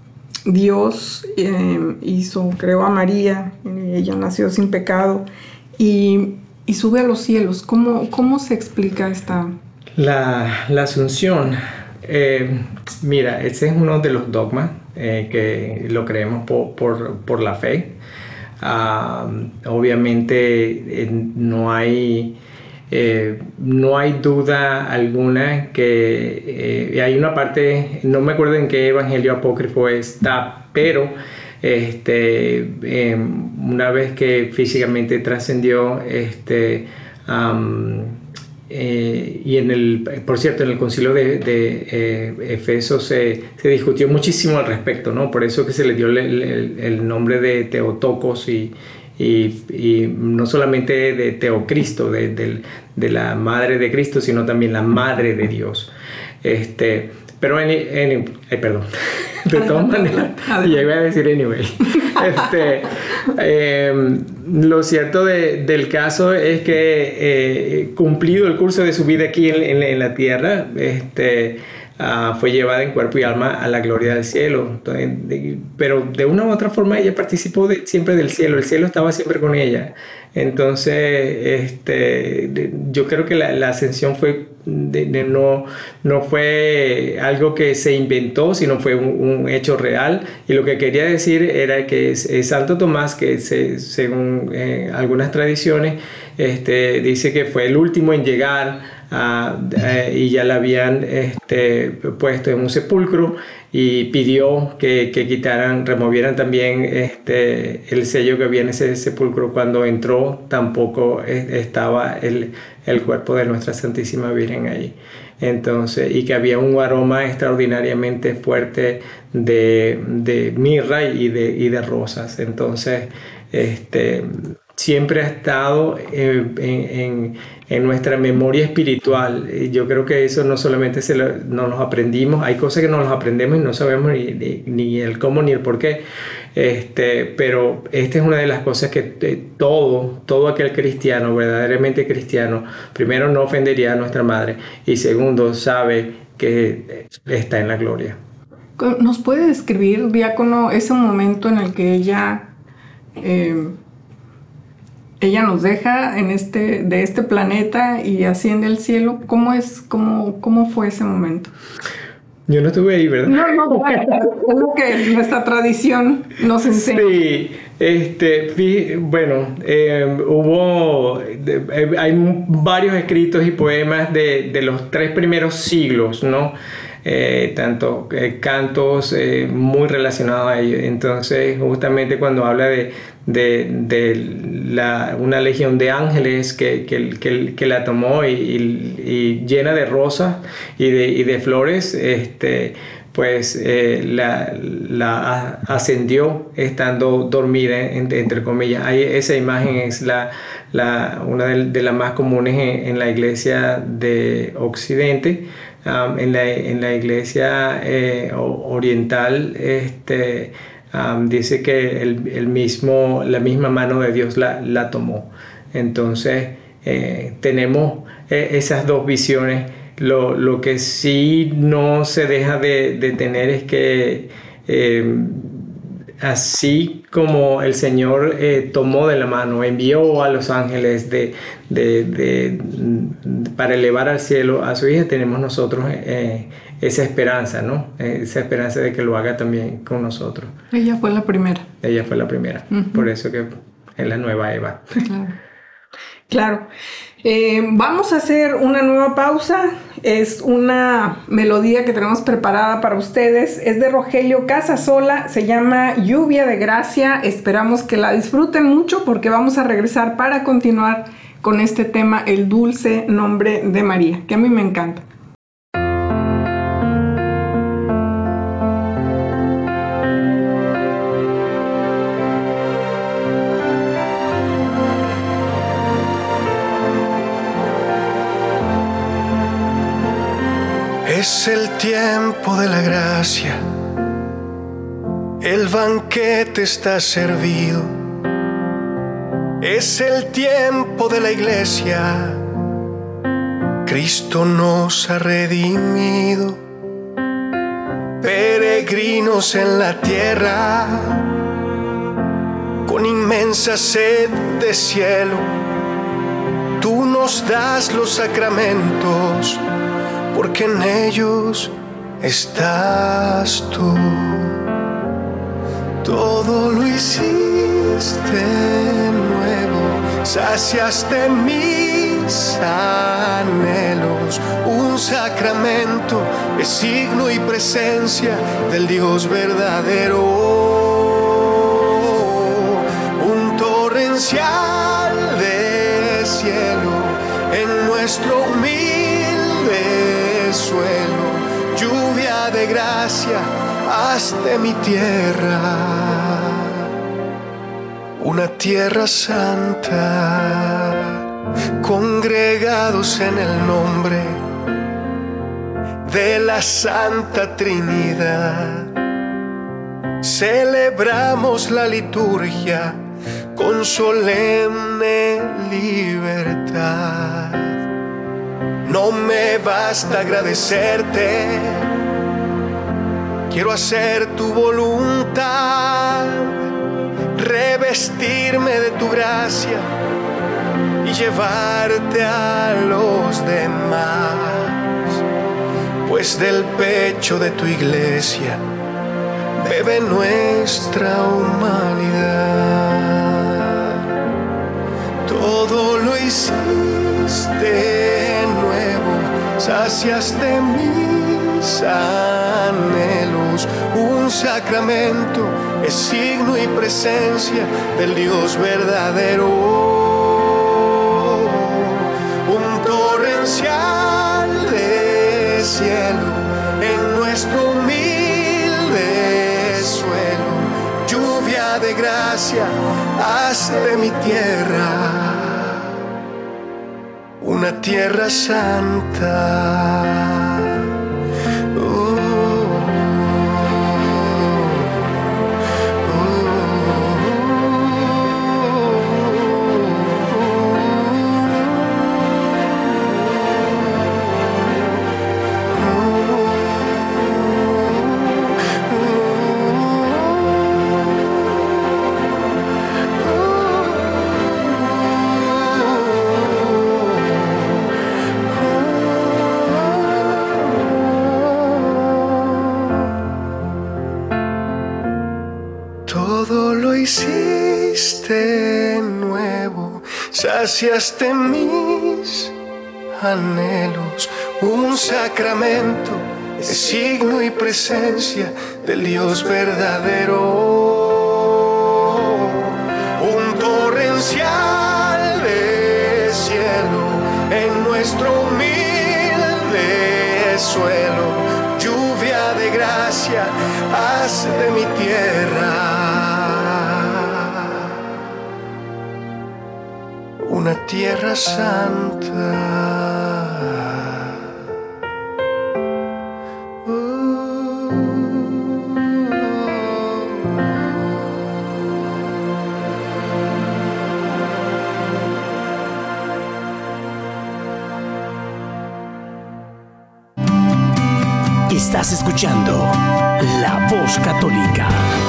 Dios eh, hizo, creó a María, ella nació sin pecado y, y sube a los cielos? ¿Cómo, cómo se explica esta? La, la Asunción. Eh, mira, ese es uno de los dogmas eh, que lo creemos por, por, por la fe. Uh, obviamente eh, no hay eh, no hay duda alguna que eh, hay una parte, no me acuerdo en qué evangelio apócrifo está, pero este, eh, una vez que físicamente trascendió, este, um, Eh, y en el, por cierto, en el concilio de, de eh, Efeso se, se discutió muchísimo al respecto, ¿no? Por eso que se le dio el, el, el nombre de Teotocos y, y, y no solamente de Teocristo, de, de, de la madre de Cristo, sino también la madre de Dios. Este, pero, en, en, ay, perdón, de todas maneras, ya iba a decir anyway. Este, eh, lo cierto de, del caso es que eh, cumplido el curso de su vida aquí en, en, en la tierra, este, uh, fue llevada en cuerpo y alma a la gloria del cielo. Entonces, de, pero de una u otra forma ella participó de, siempre del cielo, el cielo estaba siempre con ella. Entonces, este, de, yo creo que la, la ascensión fue de, de no, no fue algo que se inventó, sino fue un, un hecho real. Y lo que quería decir era que es, es Santo Tomás, que se, según eh, algunas tradiciones, este, dice que fue el último en llegar a, eh, y ya la habían este, puesto en un sepulcro y pidió que, que quitaran, removieran también este, el sello que había en ese sepulcro. Cuando entró tampoco estaba el, el cuerpo de nuestra Santísima Virgen ahí. Entonces, y que había un aroma extraordinariamente fuerte de, de mirra y de, y de rosas. Entonces, este, siempre ha estado en, en, en nuestra memoria espiritual. Yo creo que eso no solamente se lo, nos los aprendimos, hay cosas que nos los aprendemos y no sabemos ni, ni, ni el cómo ni el por qué, este, pero esta es una de las cosas que eh, todo, todo aquel cristiano, verdaderamente cristiano, primero no ofendería a nuestra madre y segundo sabe que está en la gloria. ¿Nos puede describir, diácono, ese momento en el que ella... Eh, ella nos deja en este, de este planeta y asciende al cielo? ¿Cómo es, cómo, cómo fue ese momento? Yo no estuve ahí, ¿verdad? No, no, bueno, es lo que nuestra tradición nos enseña. Sí, este, bueno, eh, hubo, eh, hay varios escritos y poemas de, de los tres primeros siglos, ¿no? Eh, tanto eh, cantos eh, muy relacionados a ellos. Entonces, justamente cuando habla de, de, de la, una legión de ángeles que, que, que, que la tomó y, y, y llena de rosas y de, y de flores, este, pues eh, la, la ascendió estando dormida, entre comillas. Ahí, esa imagen es la, la, una de, de las más comunes en, en la iglesia de Occidente. Um, en, la, en la iglesia eh, oriental este, um, dice que el, el mismo, la misma mano de Dios la, la tomó. Entonces eh, tenemos eh, esas dos visiones. Lo, lo que sí no se deja de, de tener es que eh, así como el Señor eh, tomó de la mano, envió a los ángeles de, de, de, de, para elevar al cielo a su hija, tenemos nosotros eh, esa esperanza, ¿no? Eh, esa esperanza de que lo haga también con nosotros. Ella fue la primera. Ella fue la primera, uh-huh. Por eso que es la nueva Eva. Claro. Claro. Eh, vamos a hacer una nueva pausa. Es una melodía que tenemos preparada para ustedes. Es de Rogelio Casasola. Se llama Lluvia de Gracia. Esperamos que la disfruten mucho porque vamos a regresar para continuar con este tema, el dulce nombre de María, que a mí me encanta. Es el tiempo de la gracia, el banquete está servido. Es el tiempo de la iglesia, Cristo nos ha redimido. Peregrinos en la tierra, con inmensa sed de cielo, tú nos das los sacramentos, porque en ellos estás tú. Todo lo hiciste nuevo, saciaste mis anhelos. Un sacramento es signo y presencia del Dios verdadero. Un torrencial de cielo en nuestro humilde suelo, lluvia de gracia, haz de mi tierra una tierra santa, congregados en el nombre de la Santa Trinidad. Celebramos la liturgia con solemne libertad. No me basta agradecerte, quiero hacer tu voluntad, revestirme de tu gracia y llevarte a los demás, pues del pecho de tu iglesia bebe nuestra humanidad. Todo lo hiciste nuevo, saciaste mis anhelos. Un sacramento es signo y presencia del Dios verdadero. Un torrencial de cielo en nuestro humilde suelo, lluvia de gracia, haz de mi tierra una tierra santa. saciaste mis anhelos, un sacramento de signo y presencia del Dios verdadero, un torrencial de cielo en nuestro humilde suelo, lluvia de gracia, haz de mi tierra una tierra santa. Estás escuchando La Voz Católica.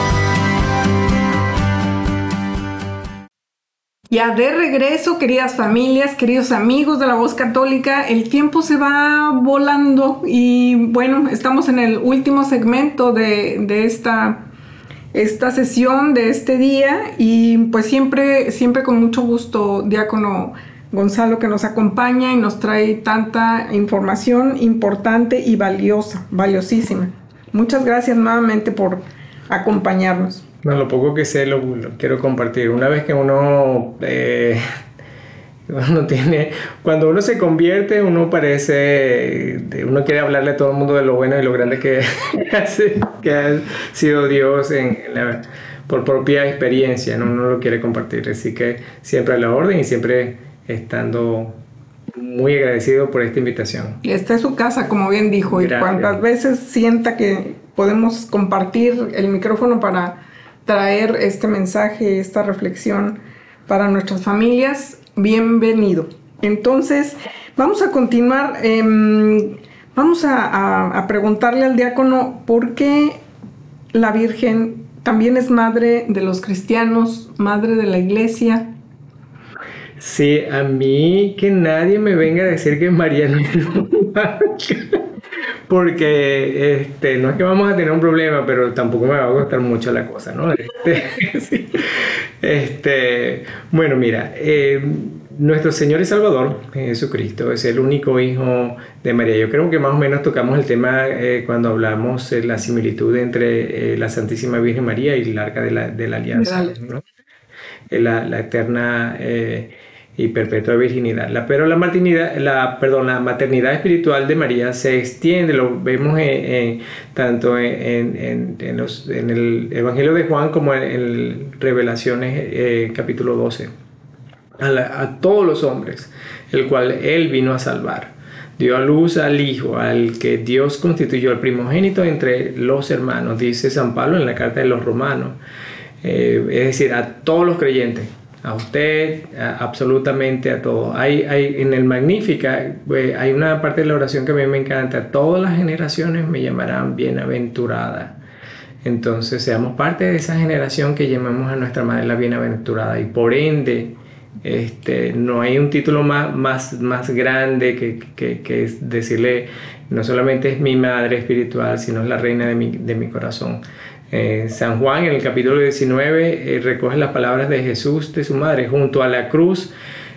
Ya de regreso, queridas familias, queridos amigos de La Voz Católica, el tiempo se va volando y bueno, estamos en el último segmento de, de esta, esta sesión de este día y pues siempre, siempre con mucho gusto, diácono Gonzalo, que nos acompaña y nos trae tanta información importante y valiosa, valiosísima. Muchas gracias nuevamente por acompañarnos. No, lo poco que sé lo, lo quiero compartir. Una vez que uno, eh, uno tiene, cuando uno se convierte, uno parece, uno quiere hablarle a todo el mundo de lo bueno y lo grande que, hace, que ha sido Dios en, en la, por propia experiencia, ¿no? Uno lo quiere compartir. Así que siempre a la orden y siempre estando muy agradecido por esta invitación. Esta es su casa, como bien dijo, Gracias. Y cuantas veces sienta que podemos compartir el micrófono para traer este mensaje, esta reflexión para nuestras familias, bienvenido. Entonces, vamos a continuar, eh, vamos a, a, a preguntarle al diácono por qué la Virgen también es madre de los cristianos, madre de la Iglesia. Sí, a mí que nadie me venga a decir que María no es porque este, no es que vamos a tener un problema, pero tampoco me va a costar mucho la cosa, ¿no? Este, sí. este, bueno, mira, eh, nuestro Señor y Salvador, Jesucristo, es el único hijo de María. Yo creo que más o menos tocamos el tema eh, cuando hablamos de la similitud entre eh, la Santísima Virgen María y el Arca de la, de la Alianza, ¿no? La, la eterna eh, y perpetua virginidad. La, pero la maternidad, la, perdón, la maternidad espiritual de María se extiende, lo vemos en, en, tanto en, en, en, los, en el Evangelio de Juan como en, en Revelaciones eh, capítulo doce, a, la, a todos los hombres, el cual Él vino a salvar. Dio a luz al Hijo, al que Dios constituyó el primogénito entre los hermanos, dice San Pablo en la carta de los Romanos. Eh, es decir, a todos los creyentes, a usted, a, absolutamente a todos. Hay, hay, en el Magnífica eh, hay una parte de la oración que a mí me encanta: todas las generaciones me llamarán bienaventurada. Entonces seamos parte de esa generación que llamamos a nuestra Madre la bienaventurada, y por ende este, no hay un título más, más, más grande que, que, que es decirle, no solamente es mi madre espiritual, sino es la reina de mi, de mi corazón. Eh, San Juan en el capítulo diecinueve eh, recoge las palabras de Jesús, de su madre. Junto a la cruz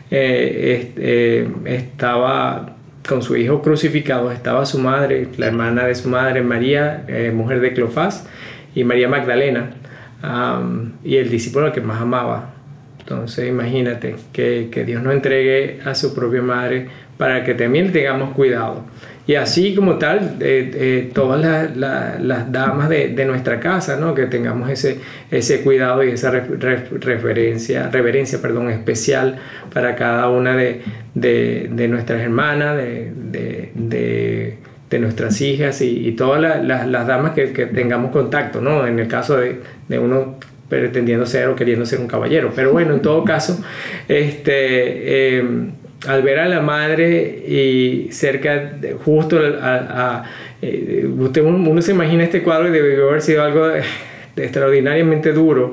eh, eh, estaba con su hijo crucificado, estaba su madre, la hermana de su madre, María, eh, mujer de Cleofás, y María Magdalena, um, y el discípulo que más amaba. Entonces imagínate que, que Dios nos entregue a su propia madre para que también tengamos cuidado. Y así como tal, eh, eh, todas la, la, las damas de, de nuestra casa, ¿no? Que tengamos ese, ese cuidado y esa re, re, referencia, reverencia perdón, especial para cada una de, de, de nuestras hermanas, de, de, de, de nuestras hijas y, y todas la, la, las damas que, que tengamos contacto, ¿no? En el caso de, de uno pretendiendo ser o queriendo ser un caballero. Pero bueno, en todo caso, este... Eh, al ver a la madre y cerca, de, justo a, a, a eh, usted, uno se imagina este cuadro y debió haber sido algo de, de extraordinariamente duro,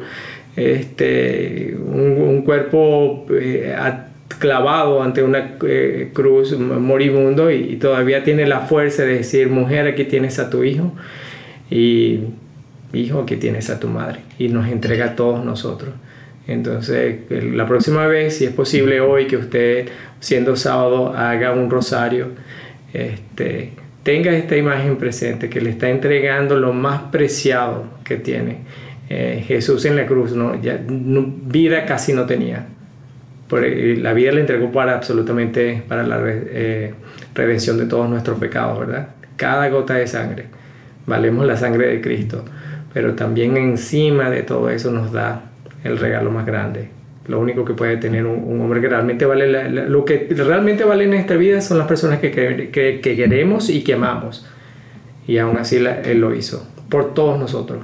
este, un, un cuerpo eh, a, clavado ante una eh, cruz moribundo y, y todavía tiene la fuerza de decir: mujer, aquí tienes a tu hijo, y hijo, aquí tienes a tu madre, y nos entrega a todos nosotros. Entonces, la próxima vez, si es posible hoy, que usted, siendo sábado, haga un rosario, este, tenga esta imagen presente, que le está entregando lo más preciado que tiene. Eh, Jesús en la cruz, ¿no? Ya, no, vida casi no tenía. Por, la vida le entregó para absolutamente para la eh, redención de todos nuestros pecados, ¿verdad? Cada gota de sangre. Valemos la sangre de Cristo. Pero también encima de todo eso nos da el regalo más grande. Lo único que puede tener un, un hombre que realmente vale la, la, lo que realmente vale en esta vida son las personas que, que, que, que queremos y que amamos, y aún así la, Él lo hizo por todos nosotros.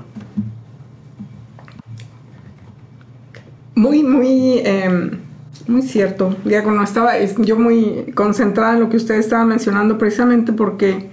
Muy, muy, eh, muy cierto, diácono. Estaba yo muy concentrada en lo que usted estaba mencionando, precisamente porque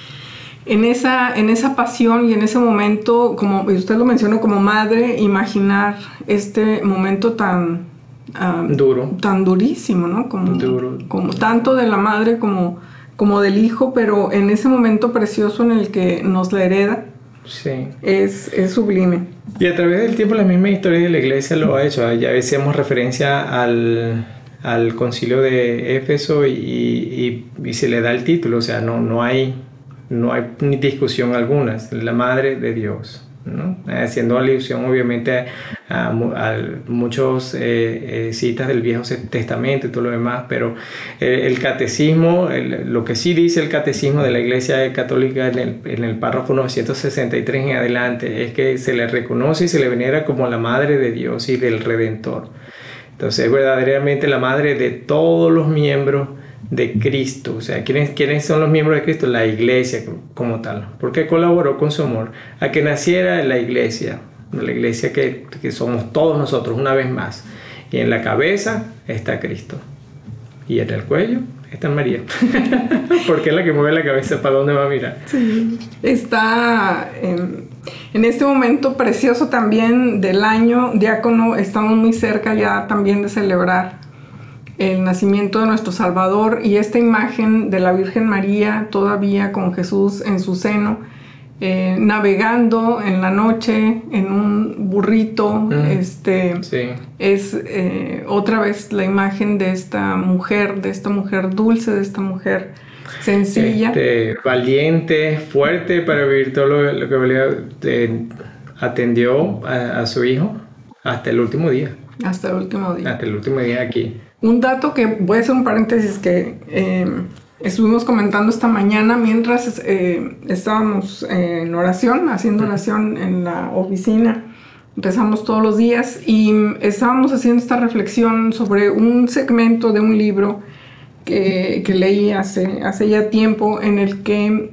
En esa, en esa pasión y en ese momento, como usted lo mencionó, como madre, imaginar este momento tan uh, duro, tan durísimo, ¿no? Como, Duro. como tanto de la madre como, como del hijo, pero en ese momento precioso en el que nos la hereda, sí, es, es sublime. Y a través del tiempo la misma historia de la iglesia lo ha hecho. Ya hacíamos referencia al, al concilio de Éfeso y, y, y se le da el título, o sea, no, no hay... No hay ni discusión alguna, es la madre de Dios, ¿no? Haciendo alusión obviamente a, a, a muchos eh, eh, citas del Viejo Testamento y todo lo demás, pero eh, el catecismo, el, lo que sí dice el catecismo de la Iglesia Católica en el, en el párrafo novecientos sesenta y tres en adelante, es que se le reconoce y se le venera como la madre de Dios y del Redentor. Entonces es verdaderamente la madre de todos los miembros de Cristo. O sea, ¿quiénes, ¿quiénes son los miembros de Cristo? La iglesia como tal, porque colaboró con su amor a que naciera la iglesia, la iglesia que, que somos todos nosotros una vez más, y en la cabeza está Cristo y en el cuello está María porque es la que mueve la cabeza. ¿Para dónde va a mirar? Sí. Está en, en este momento precioso también del año, diácono. Estamos muy cerca ya también de celebrar el nacimiento de nuestro Salvador, y esta imagen de la Virgen María todavía con Jesús en su seno, eh, navegando en la noche en un burrito, mm, este, sí. es eh, otra vez la imagen de esta mujer, de esta mujer dulce, de esta mujer sencilla. Este, valiente, fuerte para vivir todo lo, lo que valía, eh, atendió a, a su hijo hasta el último día. Hasta el último día. Hasta el último día aquí. Un dato que voy a hacer un paréntesis que eh, estuvimos comentando esta mañana mientras eh, estábamos eh, en oración, haciendo oración en la oficina. Rezamos todos los días y estábamos haciendo esta reflexión sobre un segmento de un libro que, que leí hace, hace ya tiempo, en el que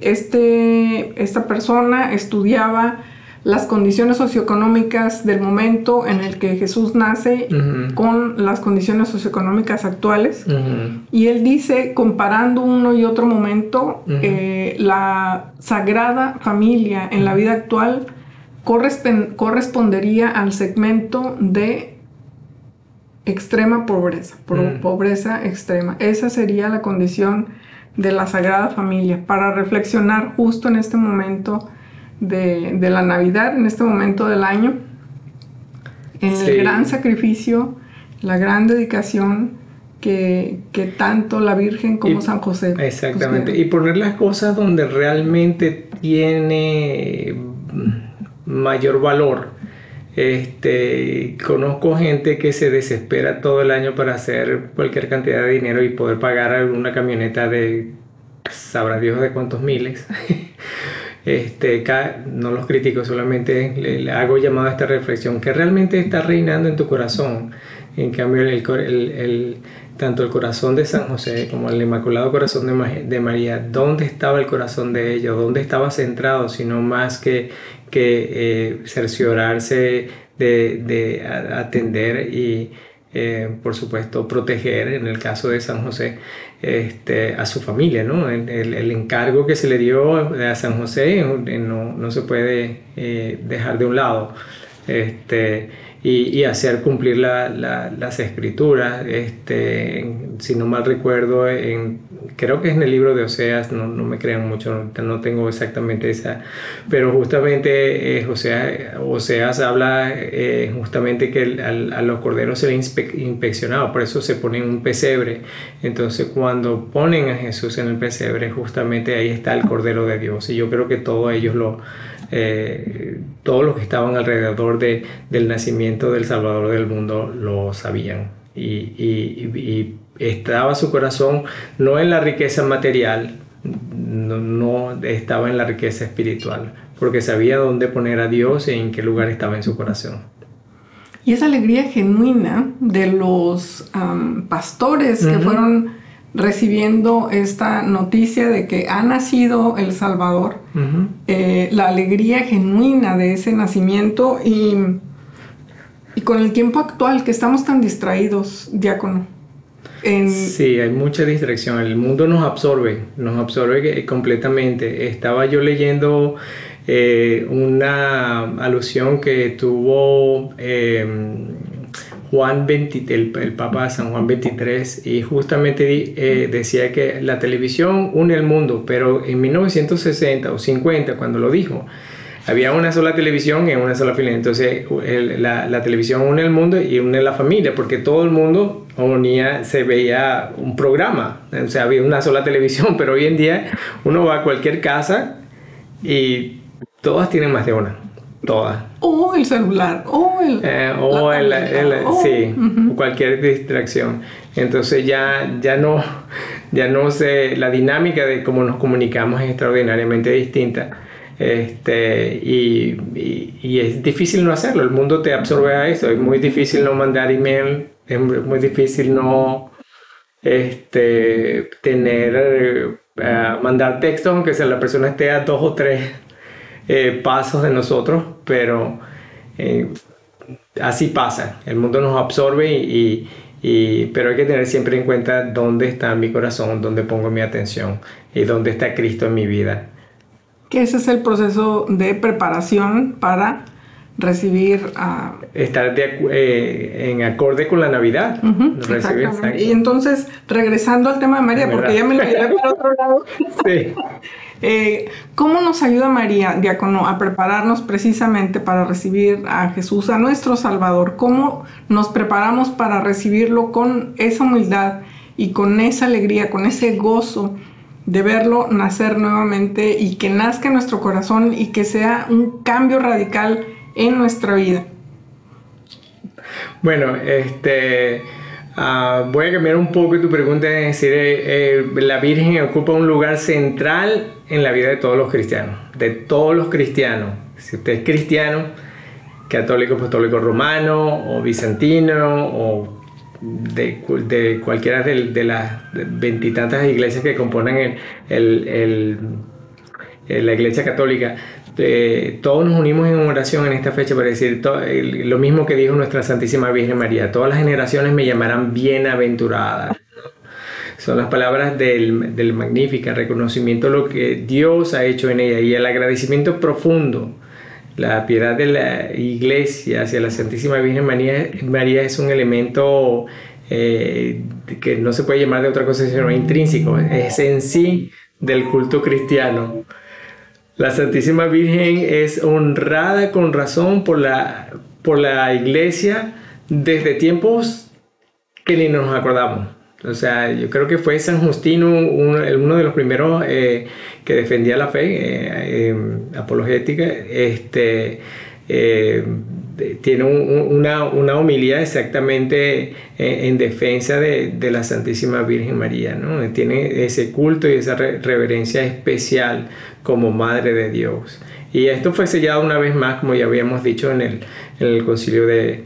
este, esta persona estudiaba las condiciones socioeconómicas del momento en el que Jesús nace, uh-huh, con las condiciones socioeconómicas actuales. Uh-huh. Y él dice, comparando uno y otro momento, uh-huh, eh, la Sagrada Familia en la vida actual corresp- correspondería al segmento de extrema pobreza, uh-huh, pobreza extrema. Esa sería la condición de la Sagrada Familia, para reflexionar justo en este momento De, de la Navidad, en este momento del año, en sí, el gran sacrificio, la gran dedicación que, que tanto la Virgen como y, San José. Exactamente, pusieron. Y poner las cosas donde realmente tiene mayor valor. Este, conozco gente que se desespera todo el año para hacer cualquier cantidad de dinero y poder pagar una camioneta de sabrá Dios de cuántos miles. Este, no los critico, solamente le, le hago llamado a esta reflexión: que realmente está reinando en tu corazón. En cambio, el, el, el, tanto el corazón de San José como el Inmaculado Corazón de, de María, ¿dónde estaba el corazón de ellos? ¿Dónde estaba centrado? Sino más que, que eh, cerciorarse de, de atender y Eh, por supuesto proteger, en el caso de San José, este, a su familia, ¿no? El, el, el encargo que se le dio a San José no, no se puede eh, dejar de un lado, este, y, y hacer cumplir la, la, las escrituras. Este, si no mal recuerdo, en, creo que es en el libro de Oseas, no, no me crean mucho, no, no tengo exactamente esa, pero justamente eh, Oseas, Oseas habla eh, justamente que el, al, a los corderos se les inspe inspeccionaba, por eso se pone en un pesebre. Entonces cuando ponen a Jesús en el pesebre, justamente ahí está el Cordero de Dios, y yo creo que todos ellos lo... Eh, todos los que estaban alrededor de, del nacimiento del Salvador del mundo lo sabían, y, y, y estaba su corazón no en la riqueza material, no, no estaba en la riqueza espiritual, porque sabía dónde poner a Dios y en qué lugar estaba en su corazón. Y esa alegría genuina de los um, pastores uh-huh. que fueron recibiendo esta noticia de que ha nacido el Salvador, uh-huh. eh, la alegría genuina de ese nacimiento, y, y con el tiempo actual que estamos tan distraídos, diácono. En... Sí, hay mucha distracción, el mundo nos absorbe, nos absorbe completamente. Estaba yo leyendo eh, una alusión que tuvo eh, Juan veinte, el, el Papa San Juan veintitrés, y justamente eh, decía que la televisión une el mundo, pero en mil novecientos sesenta o cincuenta, cuando lo dijo, había una sola televisión y una sola familia. Entonces el, la, la televisión une el mundo y une la familia, porque todo el mundo unía, se veía un programa, o sea, había una sola televisión, pero hoy en día uno va a cualquier casa y todas tienen más de una. Todas. O el celular, o el... Eh, o el, el, el oh, sí, uh-huh. cualquier distracción. Entonces ya, ya no, ya no sé, la dinámica de cómo nos comunicamos es extraordinariamente distinta. Este, y, y, y es difícil no hacerlo, el mundo te absorbe a eso, es muy difícil no mandar email, es muy difícil no este, tener, uh, mandar textos, aunque sea la persona esté a dos o tres Eh, pasos de nosotros, pero eh, así pasa, el mundo nos absorbe, y, y, pero hay que tener siempre en cuenta dónde está mi corazón, dónde pongo mi atención y dónde está Cristo en mi vida. Que ese es el proceso de preparación para recibir a... Uh... Estar de, eh, en acorde con la Navidad. Uh-huh, recibir, exactamente. Y entonces, regresando al tema de María, porque ya me lo llevé para otro lado. Sí. Eh, ¿Cómo nos ayuda María, diácono, a prepararnos precisamente para recibir a Jesús, a nuestro Salvador? ¿Cómo nos preparamos para recibirlo con esa humildad y con esa alegría, con ese gozo de verlo nacer nuevamente, y que nazca en nuestro corazón y que sea un cambio radical en nuestra vida? Bueno, este... Uh, voy a cambiar un poco tu pregunta, es decir, eh, eh, la Virgen ocupa un lugar central en la vida de todos los cristianos, de todos los cristianos. Si usted es cristiano, católico, apostólico romano o bizantino, o de, de cualquiera de, de las veintitantas iglesias que componen el, el, el, el, la iglesia católica, Eh, todos nos unimos en oración en esta fecha para decir to, eh, lo mismo que dijo nuestra Santísima Virgen María: todas las generaciones me llamarán bienaventurada. Son las palabras del, del Magnífica, reconocimiento de lo que Dios ha hecho en ella, y el agradecimiento profundo. La piedad de la Iglesia hacia la Santísima Virgen María, María es un elemento eh, que no se puede llamar de otra cosa sino intrínseco, es en sí del culto cristiano. La Santísima Virgen es honrada con razón por la, por la Iglesia desde tiempos que ni nos acordamos. O sea, yo creo que fue San Justino uno, uno de los primeros eh, que defendía la fe eh, eh, apologética. Este, eh, tiene un, una, una homilía exactamente en, en defensa de, de la Santísima Virgen María, ¿no? Tiene ese culto y esa re, reverencia especial como Madre de Dios. Y esto fue sellado una vez más, como ya habíamos dicho, en el, en el concilio de,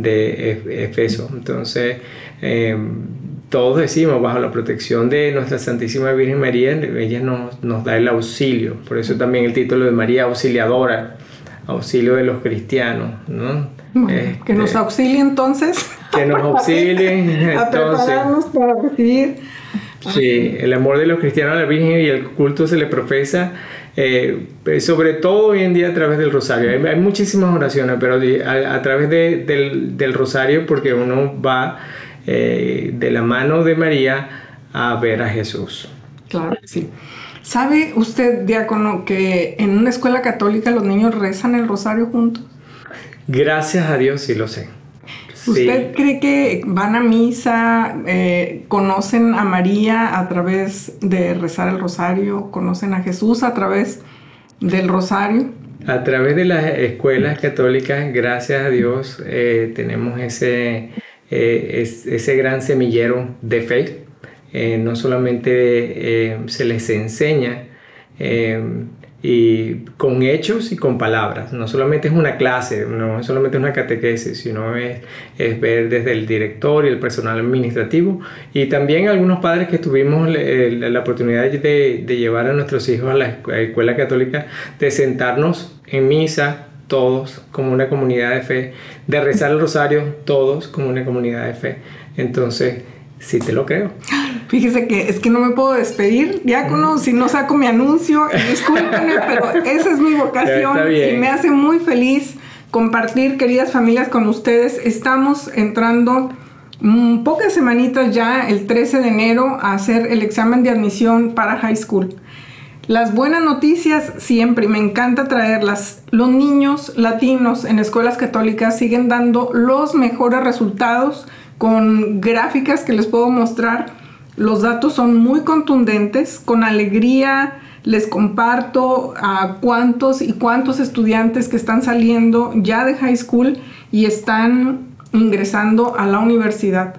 de Efeso. Entonces, eh, todos decimos, bajo la protección de nuestra Santísima Virgen María, ella nos, nos da el auxilio. Por eso también el título de María Auxiliadora, auxilio de los cristianos, ¿no? Bueno, este, que nos auxilie entonces. Que nos auxilie. A prepararnos para recibir. Sí, el amor de los cristianos a la Virgen y el culto se le profesa, eh, sobre todo hoy en día a través del rosario. Hay, hay muchísimas oraciones, pero a, a través de, del, del rosario, porque uno va eh, de la mano de María a ver a Jesús. Claro que sí. ¿Sabe usted, diácono, que en una escuela católica los niños rezan el rosario juntos? Gracias a Dios sí lo sé. ¿Usted sí. cree que van a misa, eh, conocen a María a través de rezar el rosario, conocen a Jesús a través del rosario? A través de las escuelas católicas, gracias a Dios, eh, tenemos ese, eh, es, ese gran semillero de fe. Eh, no solamente eh, se les enseña eh, y con hechos y con palabras. No solamente es una clase, no solamente es una catequesis, sino es, es ver desde el director y el personal administrativo, y también algunos padres que tuvimos eh, la oportunidad de, de llevar a nuestros hijos a la escuela católica, de sentarnos en misa todos como una comunidad de fe, de rezar el rosario todos como una comunidad de fe. Entonces, sí te lo creo. Fíjese que es que no me puedo despedir, diácono, si no saco mi anuncio, y discúlpenme, pero esa es mi vocación y me hace muy feliz compartir, queridas familias, con ustedes. Estamos entrando mmm, pocas semanitas ya, el trece de enero, a hacer el examen de admisión para high school. Las buenas noticias siempre, me encanta traerlas. Los niños latinos en escuelas católicas siguen dando los mejores resultados, con gráficas que les puedo mostrar. Los datos son muy contundentes. Con alegría les comparto a cuántos y cuántos estudiantes que están saliendo ya de high school y están ingresando a la universidad.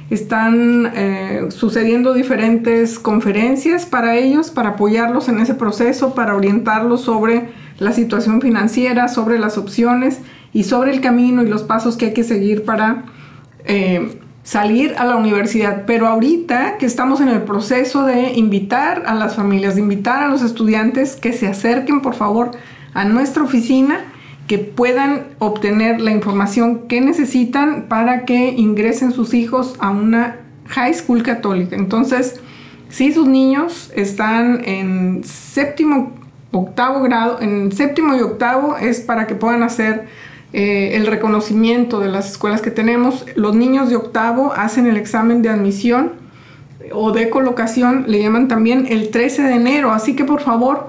Están eh, sucediendo diferentes conferencias para ellos, para apoyarlos en ese proceso, para orientarlos sobre la situación financiera, sobre las opciones y sobre el camino y los pasos que hay que seguir para eh, salir a la universidad. Pero ahorita que estamos en el proceso de invitar a las familias, de invitar a los estudiantes que se acerquen por favor a nuestra oficina, que puedan obtener la información que necesitan para que ingresen sus hijos a una high school católica. Entonces, si sus niños están en séptimo, octavo grado, en séptimo y octavo es para que puedan hacer Eh, el reconocimiento de las escuelas que tenemos. Los niños de octavo hacen el examen de admisión o de colocación, le llaman también, el trece de enero, así que por favor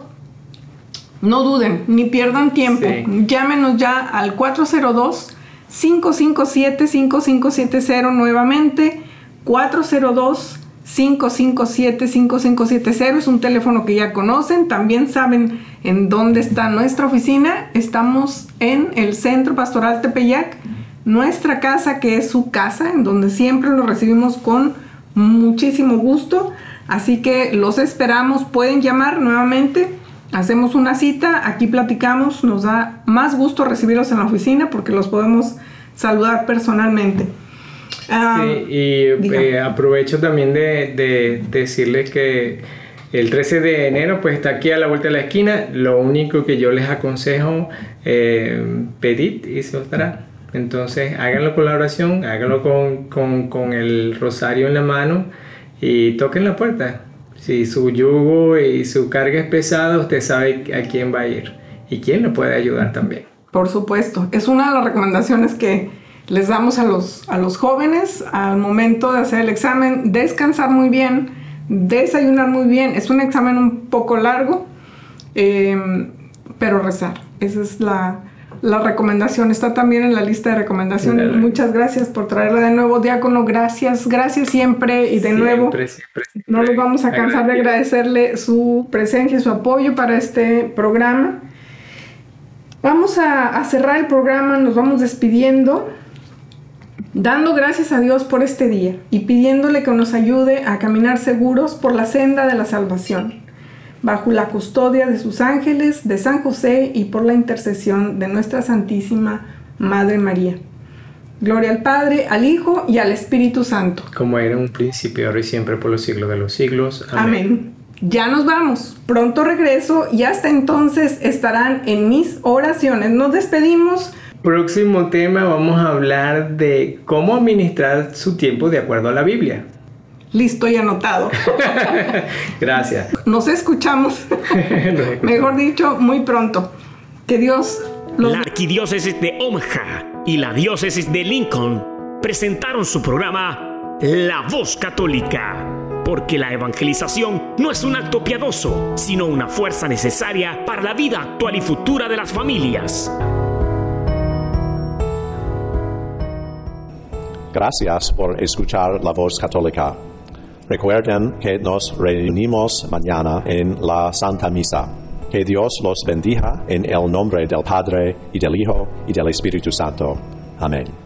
no duden ni pierdan tiempo. Sí. Llámenos ya al cuatro cero dos, cinco cinco siete, cinco cinco siete cero, nuevamente cuatro cero dos, cinco cinco siete, cinco cinco siete cero. Es un teléfono que ya conocen. También saben en dónde está nuestra oficina. Estamos en el Centro Pastoral Tepeyac, nuestra casa, que es su casa, en donde siempre los recibimos con muchísimo gusto. Así que los esperamos. Pueden llamar nuevamente, hacemos una cita, aquí platicamos. Nos da más gusto recibirlos en la oficina porque los podemos saludar personalmente. Um, sí, y eh, aprovecho también de, de decirles que el trece de enero pues está aquí a la vuelta de la esquina. Lo único que yo les aconsejo, eh, pedid y se os dará. Entonces háganlo con la oración, háganlo con, con, con el rosario en la mano y toquen la puerta. Si su yugo y su carga es pesada, usted sabe a quién va a ir y quién le puede ayudar también. Por supuesto, es una de las recomendaciones que les damos a los, a los jóvenes al momento de hacer el examen: descansar muy bien, desayunar muy bien. Es un examen un poco largo, eh, pero rezar. Esa es la, la recomendación. Está también en la lista de recomendaciones. Claro. Muchas gracias por traerla de nuevo, diácono. Gracias, gracias siempre y de siempre, nuevo. Siempre, siempre. No nos vamos a cansar de agradecerle su presencia y su apoyo para este programa. Vamos a, a cerrar el programa, nos vamos despidiendo, dando gracias a Dios por este día y pidiéndole que nos ayude a caminar seguros por la senda de la salvación, bajo la custodia de sus ángeles, de San José y por la intercesión de nuestra Santísima Madre María. Gloria al Padre, al Hijo y al Espíritu Santo. Como era en un principio, ahora y siempre, por los siglos de los siglos. Amén. Amén. Ya nos vamos, pronto regreso y hasta entonces estarán en mis oraciones. Nos despedimos. Próximo tema, vamos a hablar de cómo administrar su tiempo de acuerdo a la Biblia. Listo y anotado. Gracias. Nos escuchamos, mejor dicho, muy pronto. Que Dios los... La Arquidiócesis de Omaha y la Diócesis de Lincoln presentaron su programa La Voz Católica, porque la evangelización no es un acto piadoso, sino una fuerza necesaria para la vida actual y futura de las familias. Gracias por escuchar La Voz Católica. Recuerden que nos reunimos mañana en la Santa Misa. Que Dios los bendiga en el nombre del Padre, y del Hijo, y del Espíritu Santo. Amén.